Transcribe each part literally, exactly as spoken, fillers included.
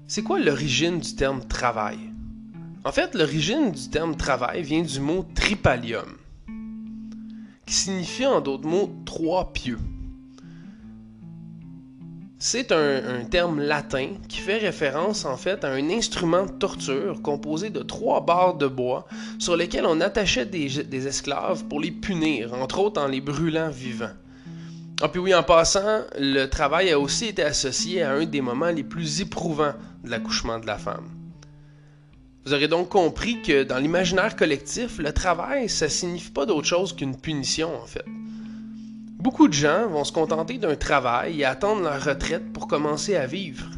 C'est quoi l'origine du terme travail? En fait, l'origine du terme travail vient du mot tripalium, qui signifie en d'autres mots trois pieux. C'est un, un terme latin qui fait référence en fait à un instrument de torture composé de trois barres de bois sur lesquelles on attachait des, des esclaves pour les punir, entre autres en les brûlant vivants. Ah puis oui, en passant, le travail a aussi été associé à un des moments les plus éprouvants de l'accouchement de la femme. Vous aurez donc compris que dans l'imaginaire collectif, le travail, ça signifie pas d'autre chose qu'une punition en fait. Beaucoup de gens vont se contenter d'un travail et attendre leur retraite pour commencer à vivre.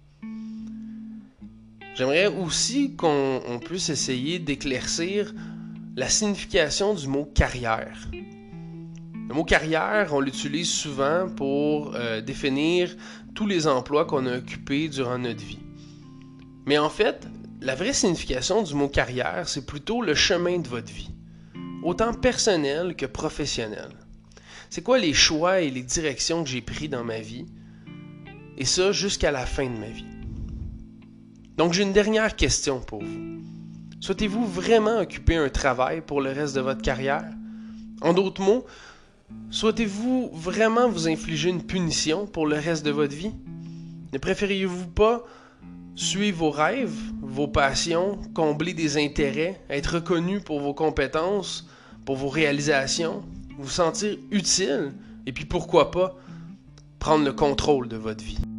J'aimerais aussi qu'on on puisse essayer d'éclaircir la signification du mot carrière. Le mot carrière, on l'utilise souvent pour euh, définir tous les emplois qu'on a occupés durant notre vie. Mais en fait, la vraie signification du mot carrière, c'est plutôt le chemin de votre vie, autant personnel que professionnel. C'est quoi les choix et les directions que j'ai pris dans ma vie, et ça jusqu'à la fin de ma vie. Donc j'ai une dernière question pour vous. Souhaitez-vous vraiment occuper un travail pour le reste de votre carrière? En d'autres mots, souhaitez-vous vraiment vous infliger une punition pour le reste de votre vie? Ne préfériez-vous pas suivre vos rêves, vos passions, combler des intérêts, être reconnu pour vos compétences, pour vos réalisations, vous sentir utile, et puis pourquoi pas, prendre le contrôle de votre vie?